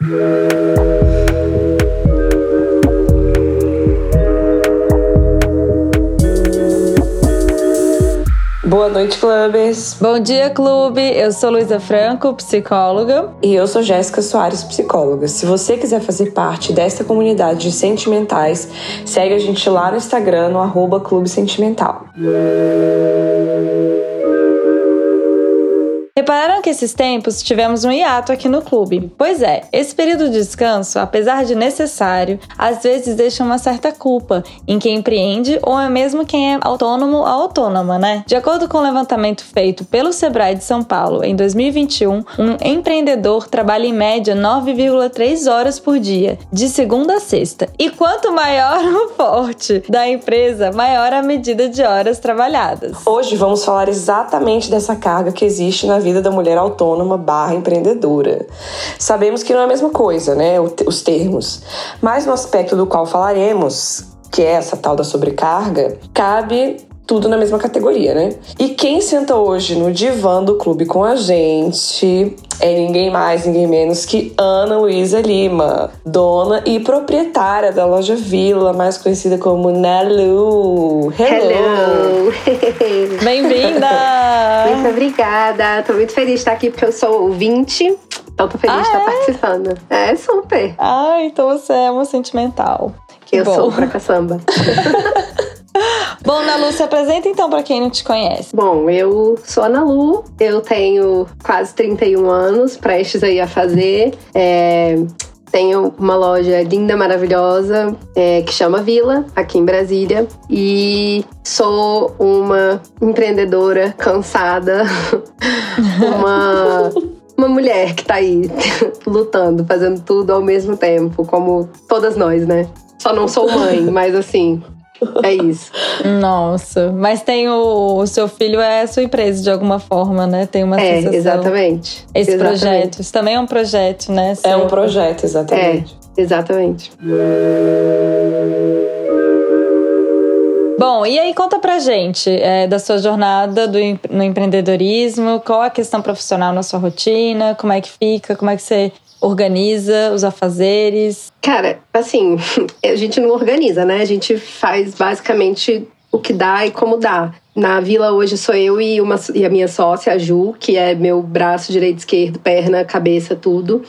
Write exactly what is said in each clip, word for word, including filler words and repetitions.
Boa noite, clubbers! Bom dia, clube! Eu sou Luísa Franco, psicóloga. E eu sou Jéssica Soares, psicóloga. Se você quiser fazer parte desta comunidade de sentimentais, segue a gente lá no Instagram, no arroba Clube Sentimental. Repararam que esses tempos tivemos um hiato aqui no clube? Pois é, esse período de descanso, apesar de necessário, às vezes deixa uma certa culpa em quem empreende ou é mesmo quem é autônomo ou autônoma, né? De acordo com o levantamento feito pelo Sebrae de São Paulo em dois mil e vinte e um, um empreendedor trabalha em média nove vírgula três horas por dia, de segunda a sexta. E quanto maior o porte da empresa, maior a medida de horas trabalhadas. Hoje vamos falar exatamente dessa carga que existe na vida da mulher autônoma barra empreendedora. Sabemos que não é a mesma coisa, né, os termos, mas no aspecto do qual falaremos, que é essa tal da sobrecarga, cabe tudo na mesma categoria, né? E quem senta hoje no divã do clube com a gente é ninguém mais, ninguém menos que Ana Luísa Lima, dona e proprietária da loja Vila, mais conhecida como Nalu. Hello! Hello. Bem-vinda! Muito obrigada. Tô muito feliz de estar aqui porque eu sou ouvinte. Então tô feliz ah, de estar é? participando. É, super. Ah, então você é uma sentimental. Que eu bom. sou pra caçamba. Bom, Nalu, se apresenta então pra quem não te conhece. Bom, eu sou a Nalu, eu tenho quase trinta e um anos, prestes aí a fazer. É, tenho uma loja linda, maravilhosa, é, que chama Vila, aqui em Brasília. E sou uma empreendedora cansada, uma... Uma mulher que tá aí lutando, fazendo tudo ao mesmo tempo, como todas nós, né? Só não sou mãe, mas assim... É isso. Nossa, mas tem o, o seu filho é a sua empresa de alguma forma, né? Tem uma é, sensação. Exatamente. Esse exatamente. projeto, isso também é um projeto, né? É um projeto, exatamente. É, exatamente. Bom, e aí conta pra gente é, da sua jornada do, no empreendedorismo, qual a questão profissional na sua rotina, como é que fica, como é que você organiza os afazeres? Cara, assim, a gente não organiza, né? A gente faz basicamente o que dá e como dá. Na Vila hoje sou eu e, uma, e a minha sócia, a Ju, que é meu braço direito, esquerdo, perna, cabeça, tudo.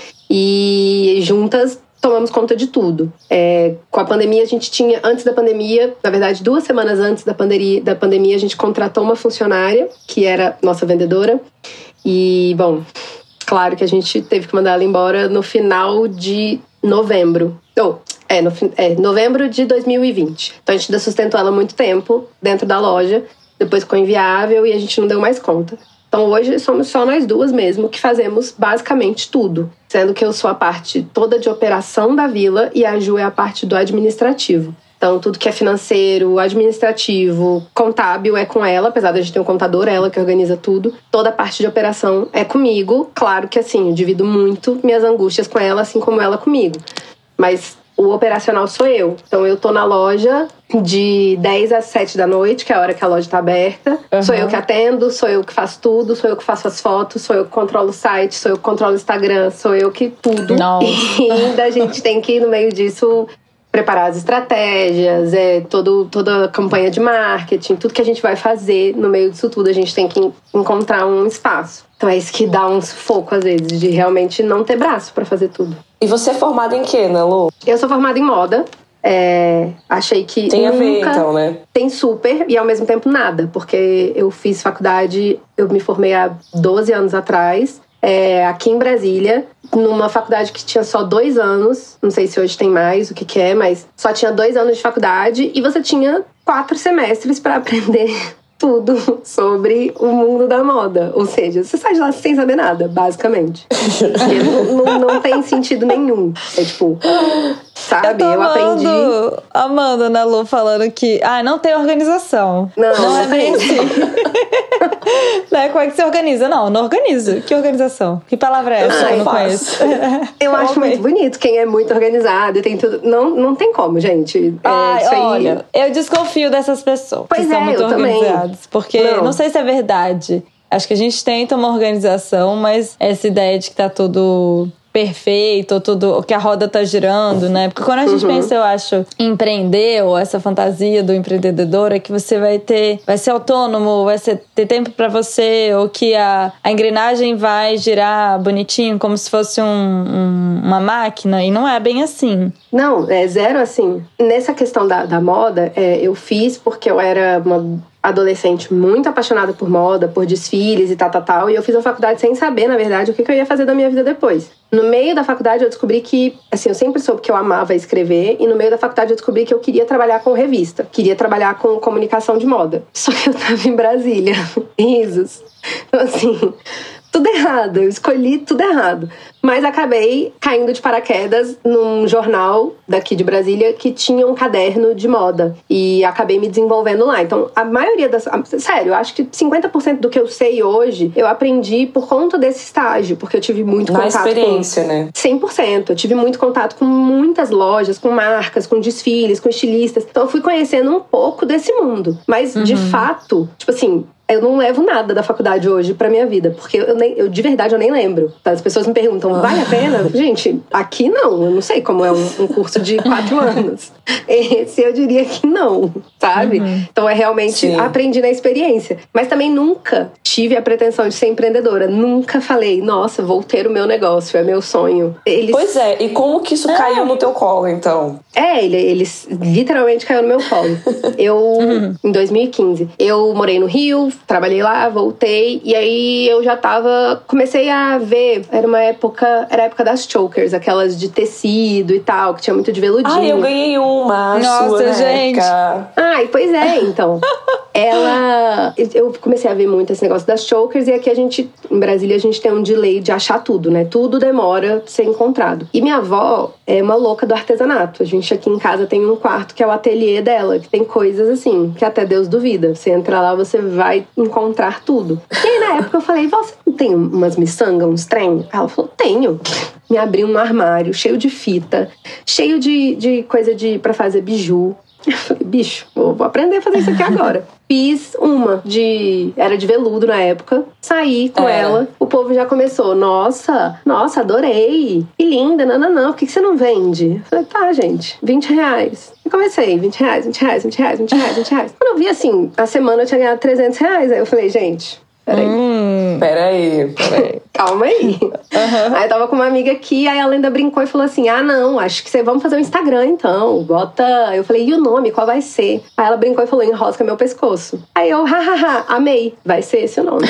E juntas tomamos conta de tudo. É, com a pandemia, a gente tinha, antes da pandemia, na verdade, duas semanas antes da pandemia, da pandemia, a gente contratou uma funcionária, que era nossa vendedora. E, bom, claro que a gente teve que mandar ela embora no final de novembro. Oh, é, no, é, novembro de dois mil e vinte. Então, a gente ainda sustentou ela muito tempo dentro da loja. Depois ficou inviável e a gente não deu mais conta. Então, hoje, somos só nós duas mesmo que fazemos basicamente tudo. Sendo que eu sou a parte toda de operação da Vila e a Ju é a parte do administrativo. Então, tudo que é financeiro, administrativo, contábil é com ela, apesar de a gente ter um contador, ela que organiza tudo. Toda a parte de operação é comigo. Claro que, assim, eu divido muito minhas angústias com ela, assim como ela comigo. Mas o operacional sou eu. Então, eu tô na loja de dez às sete da noite, que é a hora que a loja tá aberta. Uhum. Sou eu que atendo, sou eu que faço tudo, sou eu que faço as fotos, sou eu que controlo o site, sou eu que controlo o Instagram, sou eu que tudo. Nossa. E ainda a gente tem que, no meio disso, preparar as estratégias, é, todo, toda a campanha de marketing, tudo que a gente vai fazer no meio disso tudo, a gente tem que encontrar um espaço. Então é isso que dá um sufoco, às vezes, de realmente não ter braço pra fazer tudo. E você é formada em quê, Nalu? Eu sou formada em moda. É, achei que tem nunca... a ver, então, né? Tem super e, ao mesmo tempo, nada. Porque eu fiz faculdade, eu me formei há doze anos atrás. É, aqui em Brasília, numa faculdade que tinha só dois anos. Não sei se hoje tem mais, o que que é, mas só tinha dois anos de faculdade e você tinha quatro semestres para aprender tudo sobre o mundo da moda. Ou seja, você sai de lá sem saber nada, basicamente. Porque não, não, não tem sentido nenhum. É tipo... Sabe? Eu, tô eu aprendi. Amando, amando a Nalu falando que ah, não tem organização. Não, não é bem assim. Né? Como é que você organiza? Não, não organizo. Que organização? Que palavra é essa? Ai, eu não faço. conheço. Eu, eu acho muito bonito quem é muito organizado e tem tudo. Não, não tem como, gente. É, Ai, isso aí... olha, eu desconfio dessas pessoas pois que são é, muito eu organizadas. Também. Porque não. não sei se é verdade. Acho que a gente tenta uma organização, mas essa ideia de que tá tudo perfeito, ou tudo, que a roda tá girando, né? Porque quando a gente uhum. pensa, eu acho, em empreender, ou essa fantasia do empreendedor, é que você vai ter, vai ser autônomo, vai ser, ter tempo pra você, ou que a, a engrenagem vai girar bonitinho, como se fosse um, um, uma máquina, e não é bem assim. Não, é zero assim. Nessa questão da, da moda, é, eu fiz porque eu era uma adolescente muito apaixonada por moda, por desfiles e tal, tal, tal. E eu fiz a faculdade sem saber, na verdade, o que eu ia fazer da minha vida depois. No meio da faculdade eu descobri que, assim, eu sempre soube que eu amava escrever. E no meio da faculdade eu descobri que eu queria trabalhar com revista. Queria trabalhar com comunicação de moda. Só que eu tava em Brasília. Risos. Então, assim, tudo errado. Eu escolhi tudo errado. Mas acabei caindo de paraquedas num jornal daqui de Brasília que tinha um caderno de moda. E acabei me desenvolvendo lá. Então, a maioria das... Sério, eu acho que cinquenta por cento do que eu sei hoje, eu aprendi por conta desse estágio. Porque eu tive muito Na contato experiência, com... né? cem por cento. Eu tive muito contato com muitas lojas, com marcas, com desfiles, com estilistas. Então, eu fui conhecendo um pouco desse mundo. Mas, uhum. de fato, tipo assim... Eu não levo nada da faculdade hoje pra minha vida, porque eu, nem, eu de verdade eu nem lembro. As pessoas me perguntam, vale a pena? Gente, aqui não, eu não sei como é um, um curso de quatro anos. Esse eu diria que não, sabe? Uhum. Então é realmente, Sim. aprendi na experiência. Mas também nunca tive a pretensão de ser empreendedora. Nunca falei, nossa, vou ter o meu negócio, é meu sonho. Eles... Pois é, e como que isso é. caiu no teu colo, então? É, ele, eles literalmente caiu no meu colo. Eu, uhum. em dois mil e quinze, eu morei no Rio, trabalhei lá, voltei, e aí eu já tava... Comecei a ver, era uma época... Era a época das chokers, aquelas de tecido e tal, que tinha muito de veludinho. Ah, eu ganhei uma, Nossa, sua, gente! Época. Ai, pois é, então. Ela... Eu comecei a ver muito esse negócio das chokers, e aqui a gente... Em Brasília, a gente tem um delay de achar tudo, né? Tudo demora pra ser encontrado. E minha avó é uma louca do artesanato. A gente aqui em casa tem um quarto que é o ateliê dela, que tem coisas assim, que até Deus duvida. Você entra lá, você vai encontrar tudo. E aí, na época, eu falei, você não tem umas miçangas, uns trem? Ela falou, tenho. Me abriu um armário cheio de fita, cheio de, de coisa de, pra fazer biju. Eu falei, bicho, vou, vou aprender a fazer isso aqui agora. Fiz uma de... Era de veludo na época. Saí com é. ela. O povo já começou. Nossa, nossa, adorei. Que linda, não, não, não. Por que, que você não vende? Eu falei, tá, gente, vinte reais. E comecei, vinte reais, vinte reais, vinte reais, vinte reais, vinte reais. Quando eu vi assim, a semana eu tinha ganhado trezentos reais. Aí eu falei, gente... Peraí. Hum, peraí, peraí. Calma aí. Uhum. Aí eu tava com uma amiga aqui, aí ela ainda brincou e falou assim, ah, não, acho que você... Vamos fazer um Instagram, então. Bota... Eu falei, e o nome? Qual vai ser? Aí ela brincou e falou, enrosca meu pescoço. Aí eu, hahaha, amei. Vai ser esse o nome.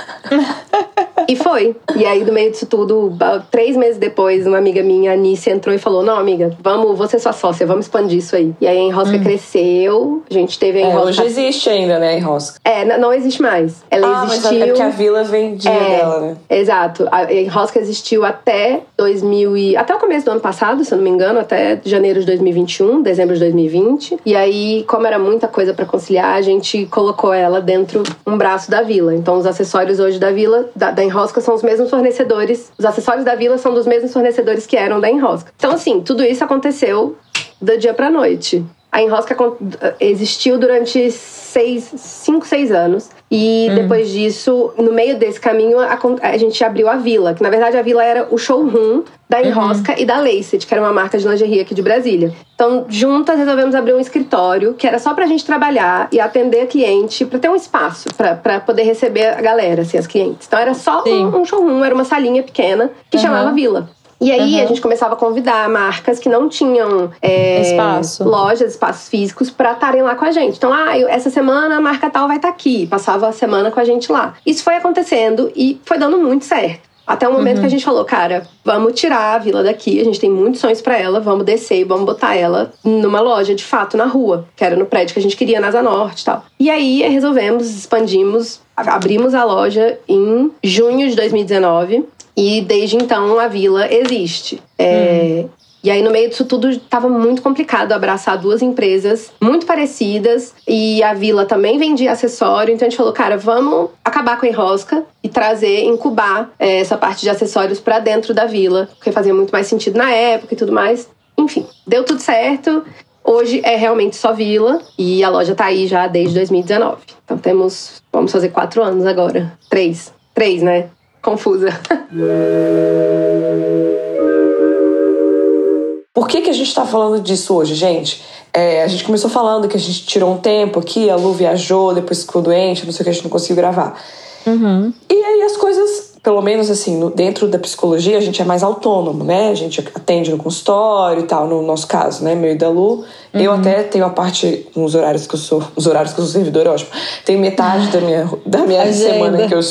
E foi. E aí, do meio disso tudo, três meses depois, uma amiga minha, a Anice, entrou e falou, não, amiga, vamos, você é sua sócia, vamos expandir isso aí. E aí a Enrosca hum. cresceu, a gente teve a Enrosca... É, hoje existe ainda, né, a Enrosca? É, não, não existe mais. Ela ah, existiu... Mas é porque a Vila vendia é, dela, né? Exato. A Enrosca existiu até dois mil e... Até o começo do ano passado, se eu não me engano, até janeiro de dois mil e vinte e um, dezembro de dois mil e vinte. E aí, como era muita coisa pra conciliar, a gente colocou ela dentro um braço da Vila. Então, os acessórios hoje da Vila, da, da Enrosca, são os mesmos fornecedores. Os acessórios da Vila são dos mesmos fornecedores que eram da Enrosca. Então, assim, tudo isso aconteceu do dia pra noite. A Enrosca existiu durante seis, cinco, seis anos. E hum. depois disso, no meio desse caminho, a, a gente abriu a Vila. Que, na verdade, a Vila era o showroom da Enrosca uhum. e da Laced, que era uma marca de lingerie aqui de Brasília. Então, juntas, resolvemos abrir um escritório, que era só pra gente trabalhar e atender cliente, pra ter um espaço, pra, pra poder receber a galera, assim, as clientes. Então, era só um, um showroom, era uma salinha pequena, que uhum. chamava Vila. E aí, uhum. a gente começava a convidar marcas que não tinham é, Espaço. lojas, espaços físicos pra estarem lá com a gente. Então, ah, eu, essa semana a marca tal vai estar aqui. Passava a semana com a gente lá. Isso foi acontecendo e foi dando muito certo. Até o momento uhum. que a gente falou, cara, vamos tirar a Vila daqui. A gente tem muitos sonhos pra ela. Vamos descer e vamos botar ela numa loja, de fato, na rua. Que era no prédio que a gente queria, na Asa Norte e tal. E aí, resolvemos, expandimos. Abrimos a loja em junho de dois mil e dezenove. E desde então a Vila existe. É, hum. E aí no meio disso tudo estava muito complicado abraçar duas empresas muito parecidas. E a Vila também vendia acessório. Então a gente falou, cara, vamos acabar com a Enrosca e trazer, incubar é, essa parte de acessórios para dentro da Vila. Porque fazia muito mais sentido na época e tudo mais. Enfim, deu tudo certo. Hoje é realmente só Vila. E a loja tá aí já desde dois mil e dezenove. Então temos, vamos fazer quatro anos agora. Três. Três, né? Confusa. Por que que a gente tá falando disso hoje, gente? É, a gente começou falando que a gente tirou um tempo aqui, a Lu viajou, depois ficou doente, não sei o que, a gente não conseguiu gravar. Uhum. E aí as coisas, pelo menos assim, no, dentro da psicologia, a gente é mais autônomo, né? A gente atende no consultório e tal, no nosso caso, né? Meu e da Lu. Uhum. Eu até tenho a parte, nos horários que eu sou, os horários que eu sou servidora, é ótimo. Tenho metade da minha, da minha semana que eu,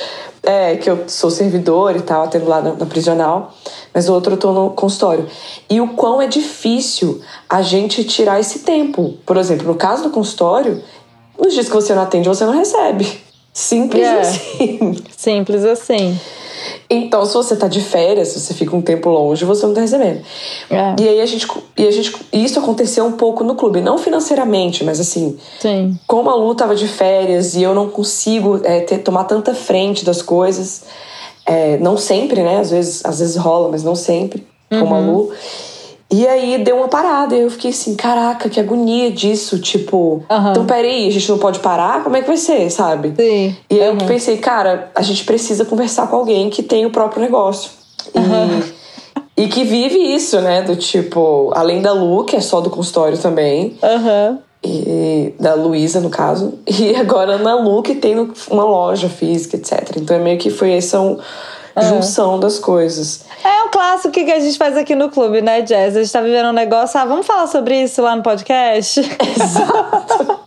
é, que eu sou servidora e tal, atendo lá na, na prisional. Mas o outro eu tô no consultório. E o quão é difícil a gente tirar esse tempo. Por exemplo, no caso do consultório, nos dias que você não atende, você não recebe. Simples é. assim. Simples assim. Então, se você tá de férias, se você fica um tempo longe, você não tá recebendo. É. E aí a gente, e a gente. Isso aconteceu um pouco no clube. Não financeiramente, mas assim. Sim. Como a Lu tava de férias e eu não consigo é, ter, tomar tanta frente das coisas. É, não sempre, né? Às vezes, às vezes rola, mas não sempre, como uhum. a Lu. E aí deu uma parada. E eu fiquei assim, caraca, que agonia disso. Tipo, uhum. então peraí, a gente não pode parar? Como é que vai ser, sabe? Sim. E aí uhum. eu pensei, cara, a gente precisa conversar com alguém que tem o próprio negócio. E, uhum. e que vive isso, né? Do tipo, além da Lu, que é só do consultório também. Aham. Uhum. E da Luísa, no caso. E agora na Lu, que tem uma loja física, etcétera. Então é meio que foi essa um, junção uhum. das coisas. É um clássico que a gente faz aqui no clube, né, Jazz? A gente tá vivendo um negócio, ah, vamos falar sobre isso lá no podcast? Exato.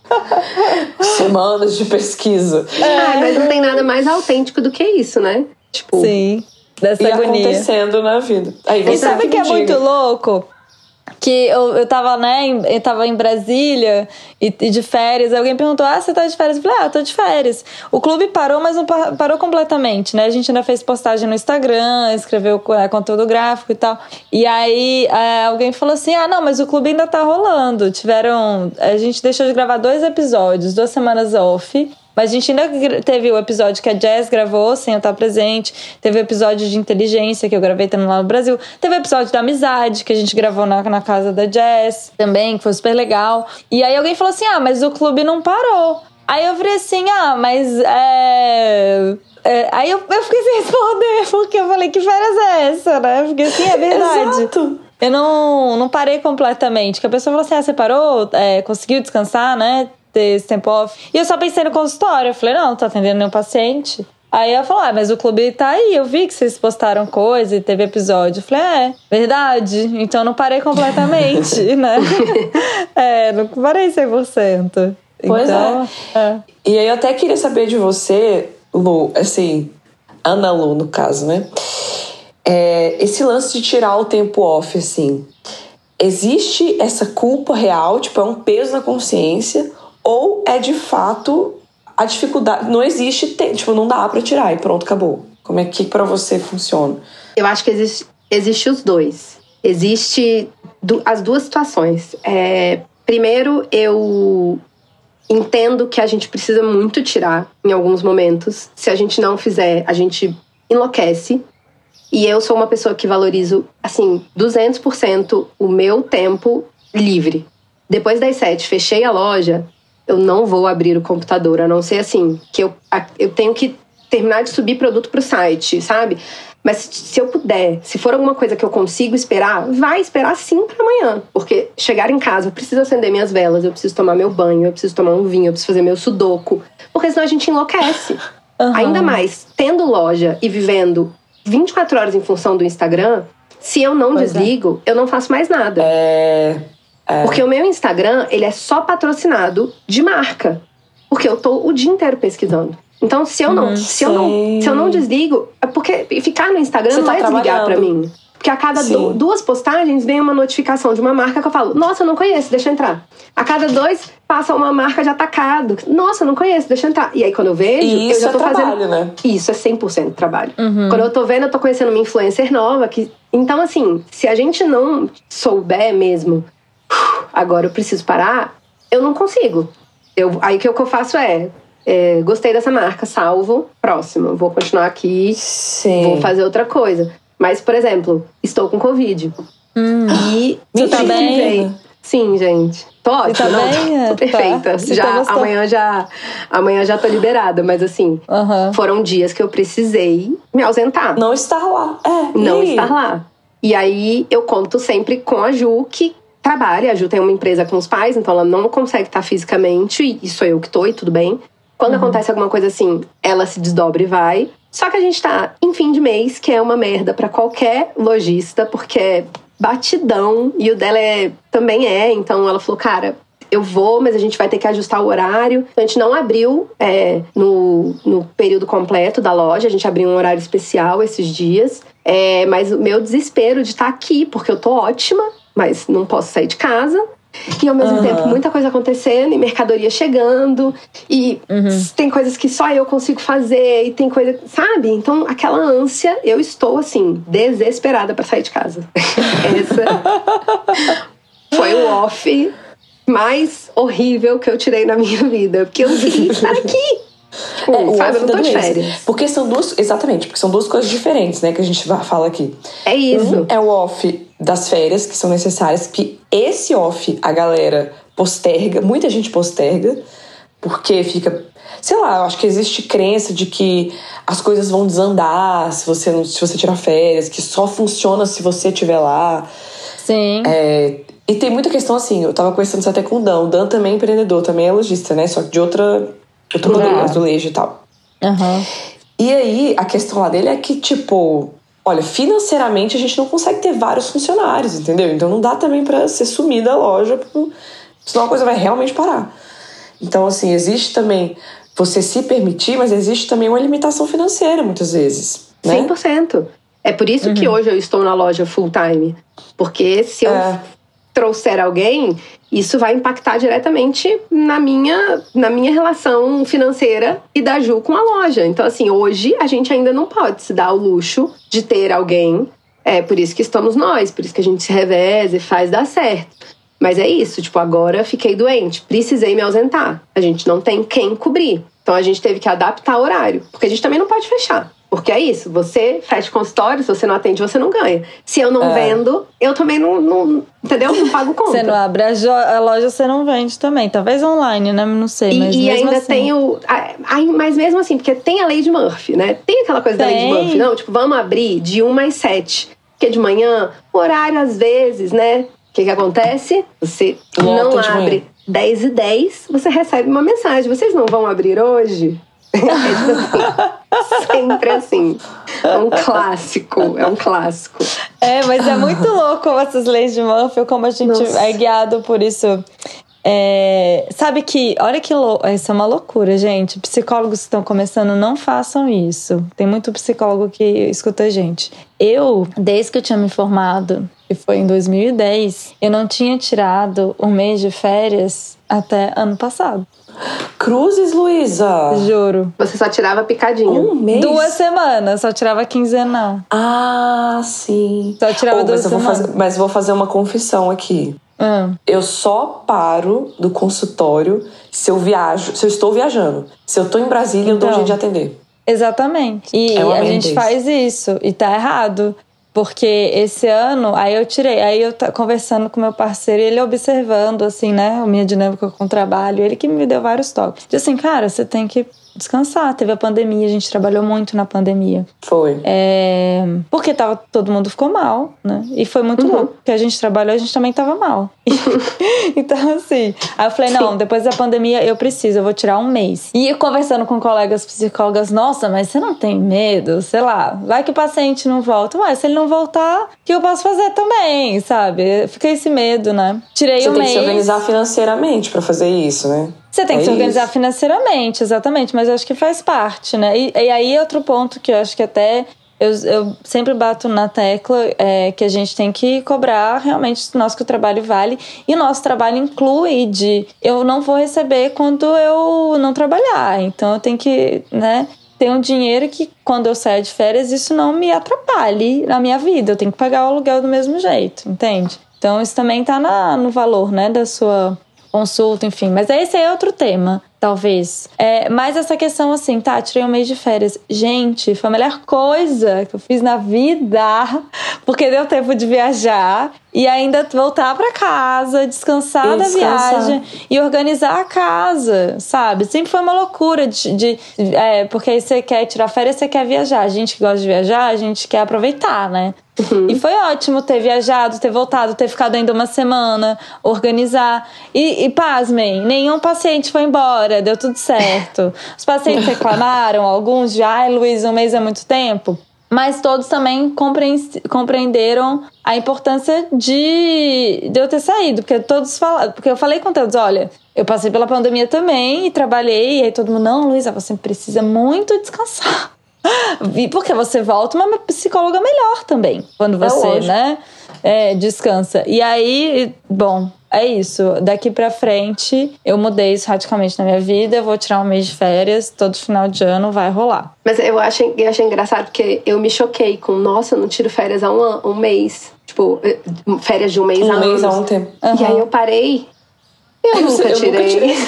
Semanas de pesquisa. É. Ah, mas não tem nada mais autêntico do que isso, né? Tipo, sim, dessa e agonia. acontecendo na vida. Aí você e sabe o que é diga. muito louco? Que eu, eu tava, né, em, eu tava em Brasília e, e de férias. Alguém perguntou, ah, você tá de férias? Eu falei, ah, eu tô de férias. O clube parou, mas não parou completamente, né? A gente ainda fez postagem no Instagram, escreveu é, conteúdo gráfico e tal. E aí é, alguém falou assim, ah, não, mas o clube ainda tá rolando. Tiveram... A gente deixou de gravar dois episódios, duas semanas off. Mas a gente ainda teve o episódio que a Jazz gravou sem eu estar presente. Teve o episódio de inteligência que eu gravei também lá no Brasil. Teve o episódio da amizade que a gente gravou na, na casa da Jazz também, que foi super legal. E aí alguém falou assim, ah, mas o clube não parou. Aí eu falei assim, ah, mas é... é... Aí eu, eu fiquei sem responder, porque eu falei, que férias é essa, né? Porque assim, é verdade. Exato. Eu não, não parei completamente. Que a pessoa falou assim, ah, você parou? É, conseguiu descansar, né? Ter esse tempo off. E eu só pensei no consultório. Eu falei, não, não tô atendendo nenhum paciente. Aí ela falou, ah, mas o clube tá aí. Eu vi que vocês postaram coisa e teve episódio. Eu falei, é, verdade. Então eu não parei completamente, né? É, não parei cem por cento. Pois então, é. é. E aí eu até queria saber de você, Lu, assim, Ana Lu, no caso, né? É, esse lance de tirar o tempo off, assim, existe essa culpa real? Tipo, é um peso na consciência? Ou é de fato a dificuldade? Não existe, tipo, não dá pra tirar e pronto, acabou. Como é que pra você funciona? Eu acho que existe, existe os dois. Existe do, as duas situações. É, primeiro, eu entendo que a gente precisa muito tirar em alguns momentos. Se a gente não fizer, a gente enlouquece. E eu sou uma pessoa que valorizo, assim, duzentos por cento o meu tempo livre. Depois das sete, fechei a loja, eu não vou abrir o computador, a não ser assim, que eu, eu tenho que terminar de subir produto pro site, sabe? Mas se eu puder, se for alguma coisa que eu consigo esperar, vai esperar sim pra amanhã. Porque chegar em casa, eu preciso acender minhas velas, eu preciso tomar meu banho, eu preciso tomar um vinho, eu preciso fazer meu sudoku. Porque senão a gente enlouquece. Uhum. Ainda mais, tendo loja e vivendo vinte e quatro horas em função do Instagram, se eu não pois desligo, é. eu não faço mais nada. É... É. Porque o meu Instagram, ele é só patrocinado de marca. Porque eu tô o dia inteiro pesquisando. Então, se eu não, hum, se eu não, se eu não desligo... É porque ficar no Instagram Você não tá é desligar pra mim. Porque a cada du- duas postagens vem uma notificação de uma marca que eu falo, nossa, eu não conheço, deixa eu entrar. A cada dois, passa uma marca de atacado. Nossa, eu não conheço, deixa eu entrar. E aí, quando eu vejo, e isso eu já tô é trabalho, fazendo... né? Isso é cem por cento trabalho. Uhum. Quando eu tô vendo, eu tô conhecendo uma influencer nova. Que... Então, assim, se a gente não souber mesmo... agora eu preciso parar, eu não consigo. Eu, aí o que eu faço é, é, gostei dessa marca, salvo, próximo. Vou continuar aqui, Sim. vou fazer outra coisa. Mas, por exemplo, estou com Covid. Hum. E você tá bem? Sim, gente. Tô ótima, tá não, bem? tô perfeita. Tá. Já, tá amanhã, já, amanhã já tô liberada, mas assim, uhum. foram dias que eu precisei me ausentar. Não estar lá. É, não estar lá. E aí eu conto sempre com a Ju, que trabalha. A Ju tem uma empresa com os pais, então ela não consegue estar fisicamente, e sou eu que tô, e tudo bem. Quando uhum. acontece alguma coisa assim, ela se desdobra e vai. Só que a gente tá em fim de mês, que é uma merda pra qualquer lojista, porque é batidão, e o dela é, também é. Então ela falou, cara, eu vou, mas a gente vai ter que ajustar o horário. Então a gente não abriu é, no, no período completo da loja, a gente abriu um horário especial esses dias. É, mas o meu desespero de estar aqui, porque eu tô ótima, mas não posso sair de casa. E ao mesmo uhum. tempo, muita coisa acontecendo, e mercadoria chegando, e uhum. tem coisas que só eu consigo fazer, e tem coisa, sabe? Então, aquela ânsia, eu estou, assim, desesperada pra sair de casa. Essa foi o off mais horrível que eu tirei na minha vida, porque eu não queria estar aqui. Tipo, é, sabe, eu não tô de férias. Porque são duas, exatamente, porque são duas coisas diferentes, né, que a gente fala aqui. É isso. Um é o off das férias, que são necessárias, que esse off a galera posterga, muita gente posterga, porque fica, sei lá, eu acho que existe crença de que as coisas vão desandar se você, não, se você tirar férias, que só funciona se você estiver lá. Sim. É, e tem muita questão assim, eu tava conversando isso até com o Dan, o Dan também é empreendedor, também é lojista, né, só que de outra... outro rolê, azulejo e tal. Uhum. E aí, a questão lá dele é que, tipo... Olha, financeiramente a gente não consegue ter vários funcionários, entendeu? Então não dá também pra ser sumida a loja, porque senão a coisa vai realmente parar. Então, assim, existe também você se permitir, mas existe também uma limitação financeira, muitas vezes. Né? cem por cento. É por isso uhum. que hoje eu estou na loja full time. Porque se eu é. trouxer alguém... Isso vai impactar diretamente na minha, na minha relação financeira e da Ju com a loja. Então, assim, hoje a gente ainda não pode se dar o luxo de ter alguém. É por isso que estamos nós, por isso que a gente se reveza e faz dar certo. Mas é isso, tipo, agora fiquei doente, precisei me ausentar. A gente não tem quem cobrir. Então a gente teve que adaptar o horário, porque a gente também não pode fechar. Porque é isso, você fecha consultório, se você não atende, você não ganha. Se eu não é. vendo, eu também não, não, entendeu? Não pago conta. Você não abre a, jo- a loja, você não vende também. Talvez online, né? Não sei, mas E, e mesmo ainda assim. tem o... Aí, mas mesmo assim, porque tem a lei de Murphy, né? Tem aquela coisa tem. da lei de Murphy. Não, tipo, vamos abrir de uma às sete. Porque de manhã, horário às vezes, né? O que que acontece? Você Volta não abre dez e dez, você recebe uma mensagem. Vocês não vão abrir hoje? É tipo assim, sempre assim. É um clássico, é um clássico. É, mas é muito louco essas leis de Murphy, como a gente Nossa. é guiado por isso. É, sabe que, olha que louco, isso é uma loucura, gente. Psicólogos que estão começando, não façam isso. Tem muito psicólogo que escuta a gente. Eu, desde que eu tinha me formado, que foi em dois mil e dez, eu não tinha tirado um mês de férias até ano passado. Cruzes, Luísa! Juro. Você só tirava picadinho. Um mês? Duas semanas, só tirava quinzenal. Ah, sim. Só tirava oh, duas mas semanas. Vou fazer, mas vou fazer uma confissão aqui. Hum. Eu só paro do consultório se eu viajo, se eu estou viajando. Se eu tô em Brasília, então, eu dou um jeito de atender. Exatamente. E é a gente isso. faz isso. E tá errado. Porque esse ano, aí eu tirei, aí eu tá conversando com meu parceiro, e ele observando, assim, né, a minha dinâmica com o trabalho, ele que me deu vários toques. Disse assim, cara, você tem que descansar. Teve a pandemia, a gente trabalhou muito na pandemia. Foi. É, porque tava, todo mundo ficou mal, né? E foi muito uhum. louco, porque a gente trabalhou, a gente também tava mal. Então, assim, aí eu falei, não, Sim. depois da pandemia eu preciso, eu vou tirar um mês. E conversando com colegas psicólogas, nossa, mas você não tem medo? Sei lá, vai que o paciente não volta. Ué, se ele não voltar, o que eu posso fazer também, sabe? Fica esse medo, né? Tirei você um mês. Você tem que se organizar financeiramente pra fazer isso, né? Você tem que é se organizar isso. financeiramente, exatamente, mas eu acho que faz parte, né? E, e aí outro ponto que eu acho que até eu, eu sempre bato na tecla é que a gente tem que cobrar realmente o nosso que o trabalho vale. E o nosso trabalho inclui de eu não vou receber quando eu não trabalhar. Então eu tenho que, né, ter um dinheiro que quando eu sair de férias isso não me atrapalhe na minha vida. Eu tenho que pagar o aluguel do mesmo jeito, entende? Então isso também tá na, no valor, né, da sua consulta, enfim. Mas esse é outro tema, talvez. É, mas essa questão assim, tá, tirei um mês de férias. Gente, foi a melhor coisa que eu fiz na vida, porque deu tempo de viajar. e ainda voltar pra casa, descansar E da descansar. viagem e organizar a casa, sabe? Sempre foi uma loucura de, de é, porque aí você quer tirar férias, você quer viajar. A gente que gosta de viajar, a gente quer aproveitar, né? Uhum. E foi ótimo ter viajado, ter voltado, ter ficado ainda uma semana, organizar. E, e pasmem, nenhum paciente foi embora, deu tudo certo. Os pacientes reclamaram, alguns de, ai, Luiz, um mês é muito tempo. Mas todos também compreenderam a importância de, de eu ter saído. Porque todos falaram, porque eu falei com todos, olha, eu passei pela pandemia também e trabalhei. E aí todo mundo, não, Luísa, você precisa muito descansar. Porque você volta uma psicóloga melhor também. Quando você, É né, é, descansa. E aí, bom, é isso. Daqui pra frente, eu mudei isso radicalmente na minha vida. Eu vou tirar um mês de férias. Todo final de ano vai rolar. Mas eu achei, eu achei engraçado porque eu me choquei com, nossa, eu não tiro férias há um, an- um mês. Tipo, férias de um mês Um há mês anos. há um tempo. E aí eu parei. Eu, Eu nunca, eu tirei. nunca tirei.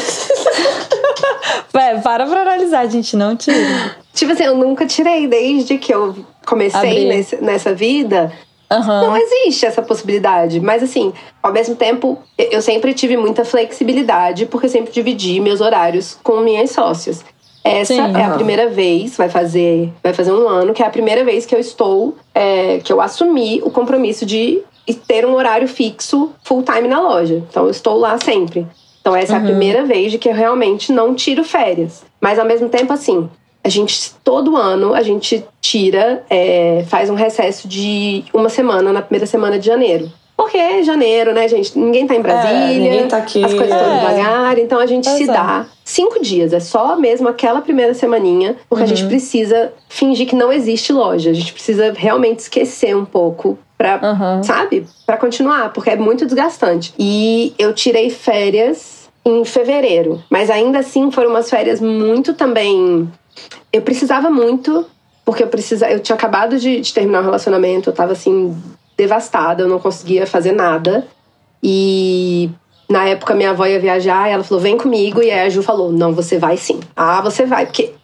É, para pra analisar, a gente não tira. Tipo assim, eu nunca tirei desde que eu comecei Abri. nesse, nessa vida. Uhum. Não existe essa possibilidade. Mas assim, ao mesmo tempo, eu sempre tive muita flexibilidade, porque eu sempre dividi meus horários com minhas sócias. Essa Sim, é a uhum. primeira vez, vai fazer, vai fazer um ano, que é a primeira vez que eu estou, é, que eu assumi o compromisso de ter um horário fixo full time na loja. Então eu estou lá sempre. Então essa é a primeira vez de que eu realmente não tiro férias. Mas ao mesmo tempo, assim, a gente, todo ano, a gente tira, é, faz um recesso de uma semana na primeira semana de janeiro. Porque é janeiro, né, gente? Ninguém tá em Brasília, ninguém tá aqui, as coisas estão é. devagar. Então a gente se Exato. dá cinco dias. É só mesmo aquela primeira semaninha. Porque a gente precisa fingir que não existe loja. A gente precisa realmente esquecer um pouco pra, Uhum. sabe? Pra continuar, porque é muito desgastante. E eu tirei férias em fevereiro. Mas ainda assim foram umas férias muito também... Eu precisava muito, porque eu precisava, eu tinha acabado de, de terminar o relacionamento, eu tava assim, devastada, eu não conseguia fazer nada. E na época minha avó ia viajar, e ela falou, vem comigo, e aí a Ju falou, não, você vai sim. Ah, você vai, porque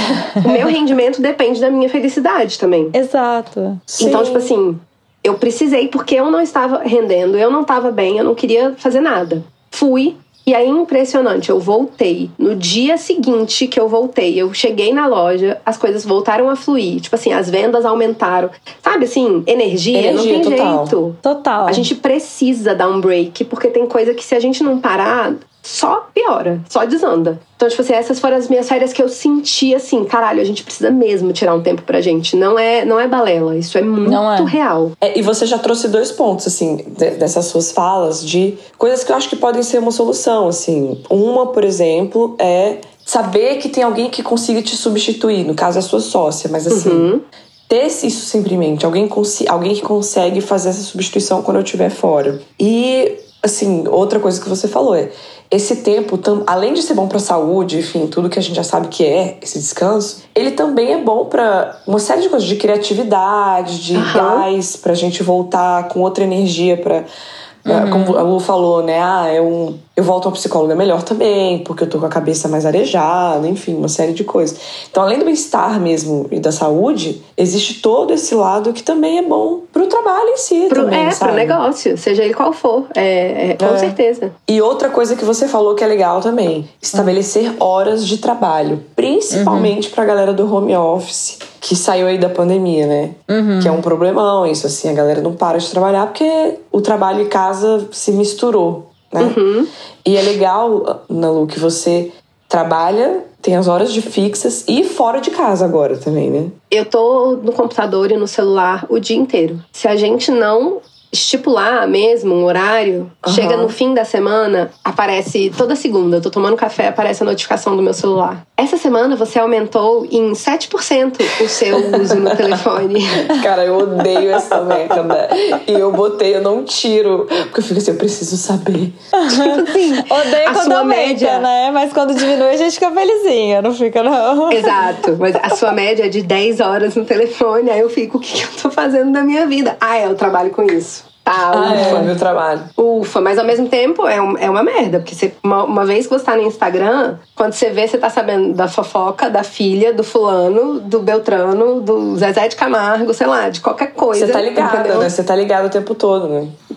o meu rendimento depende da minha felicidade também. Exato. Então, Sim. tipo assim, eu precisei porque eu não estava rendendo, eu não estava bem, eu não queria fazer nada. Fui. E aí, impressionante, eu voltei. No dia seguinte que eu voltei, eu cheguei na loja, as coisas voltaram a fluir. Tipo assim, as vendas aumentaram. Sabe assim, energia, Energia, não tem total. jeito. Total. A gente precisa dar um break, porque tem coisa que se a gente não parar, só piora, só desanda. Então, tipo assim, essas foram as minhas férias que eu senti assim, caralho, a gente precisa mesmo tirar um tempo pra gente. Não é, não é balela, isso é muito Não é. real. É, e você já trouxe dois pontos, assim, de- dessas suas falas, de coisas que eu acho que podem ser uma solução, assim. Uma, por exemplo, é saber que tem alguém que consiga te substituir, no caso, a sua sócia, mas assim, Uhum. ter isso sempre em mente, alguém, consi- alguém que consegue fazer essa substituição quando eu estiver fora. E, assim, outra coisa que você falou é, esse tempo, tam- além de ser bom pra saúde, enfim, tudo que a gente já sabe que é esse descanso, ele também é bom pra uma série de coisas, de criatividade, de Aham. gás, pra gente voltar com outra energia pra... pra- Como a Lu falou, né? Ah, é um, eu volto a uma psicóloga melhor também, porque eu tô com a cabeça mais arejada, enfim, uma série de coisas. Então, além do bem-estar mesmo e da saúde, existe todo esse lado que também é bom pro trabalho em si Pro, também, é, sabe? pro negócio, seja ele qual for. É, é, com É. certeza. E outra coisa que você falou que é legal também, estabelecer horas de trabalho, principalmente pra galera do home office, que saiu aí da pandemia, né? Que é um problemão isso, assim, a galera não para de trabalhar porque o trabalho e casa se misturou, né? Uhum. E é legal, Nalu, que você trabalha, tem as horas de fixas e fora de casa agora também, né? Eu tô no computador e no celular o dia inteiro. Se a gente não estipular mesmo um horário, Aham. chega no fim da semana, aparece toda segunda, eu tô tomando café, aparece a notificação do meu celular. Essa semana você aumentou em sete por cento o seu uso no telefone. Cara, eu odeio essa merda. E eu botei, eu não tiro. Porque eu fico assim, eu preciso saber. Tipo assim, Odeio a quando sua aumenta, média... né? Mas quando diminui, a gente fica felizinha, não fica, não? Exato, mas a sua média é de dez horas no telefone, aí eu fico, o que, que eu tô fazendo da minha vida? Ah, é, eu trabalho com isso. Tá, Ah, ufa. é, meu trabalho. Ufa, mas ao mesmo tempo é, um, é uma merda, porque você, uma, uma vez que você tá no Instagram, quando você vê, você tá sabendo da fofoca, da filha, do fulano, do Beltrano, do Zezé de Camargo, sei lá, de qualquer coisa. Você tá ligada, entendeu? né? Você tá ligado o tempo todo, né?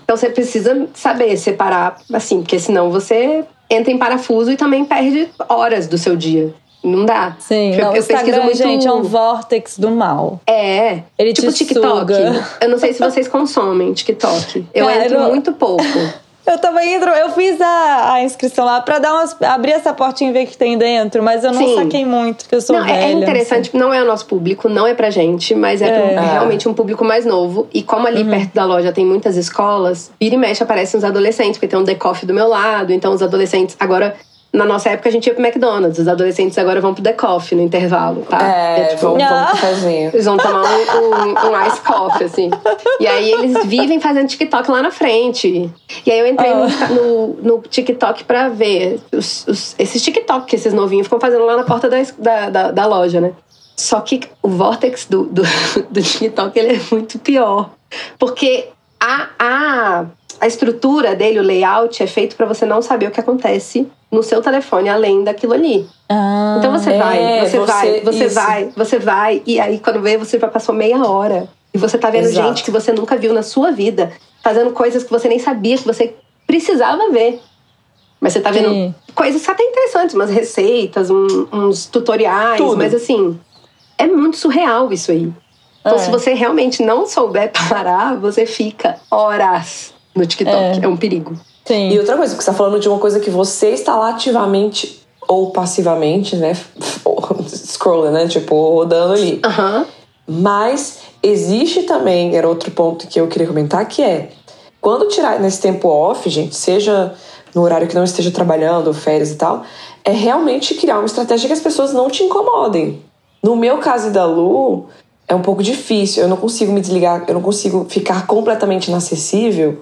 Então você precisa saber separar, assim, porque senão você entra em parafuso e também perde horas do seu dia. Não dá. Sim, tipo, não, eu o Instagram, muito... gente, é um vórtex do mal. É. Ele tipo te TikTok. Suga. Eu não sei se vocês consomem TikTok. Eu Cara, entro muito pouco. Eu também entro, eu fiz a, a inscrição lá pra dar umas, abrir essa portinha e ver o que tem dentro, mas eu não Sim. saquei muito, porque eu sou não, velha. É interessante, não, não é o nosso público, não é pra gente, mas é, É. Pro, é realmente um público mais novo. E como ali Uhum. perto da loja tem muitas escolas, vira e mexe aparecem os adolescentes, porque tem um decoff do meu lado, então os adolescentes agora... Na nossa época, a gente ia pro McDonald's. Os adolescentes agora vão pro The Coffee no intervalo, tá? É, é tipo, vão, vão pro cafezinho. Eles vão tomar um, um, um ice coffee, assim. E aí, eles vivem fazendo TikTok lá na frente. E aí, eu entrei oh. no, no, no TikTok pra ver os, os, esses TikTok que esses novinhos ficam fazendo lá na porta da, da, da, da loja, né? Só que o vórtex do, do, do TikTok, ele é muito pior. Porque a... a A estrutura dele, o layout, é feito pra você não saber o que acontece no seu telefone, além daquilo ali. Ah, então você é, vai, você, você vai, você isso. vai, você vai, e aí quando vê, você já passou meia hora. E você tá vendo Exato. gente que você nunca viu na sua vida, fazendo coisas que você nem sabia que você precisava ver. Mas você tá vendo Sim. coisas até interessantes, umas receitas, um, uns tutoriais, Tudo. mas assim, é muito surreal isso aí. Então, É. se você realmente não souber parar, você fica horas no TikTok. É, é um perigo. Sim. E outra coisa, porque você tá falando de uma coisa que você está lá ativamente ou passivamente, né? Scrolling, né? Tipo, rodando ali. Aham. Uhum. Mas existe também, era outro ponto que eu queria comentar, que é quando tirar nesse tempo off, gente, seja no horário que não esteja trabalhando, férias e tal, é realmente criar uma estratégia que as pessoas não te incomodem. No meu caso e da Lu, é um pouco difícil. Eu não consigo me desligar, eu não consigo ficar completamente inacessível.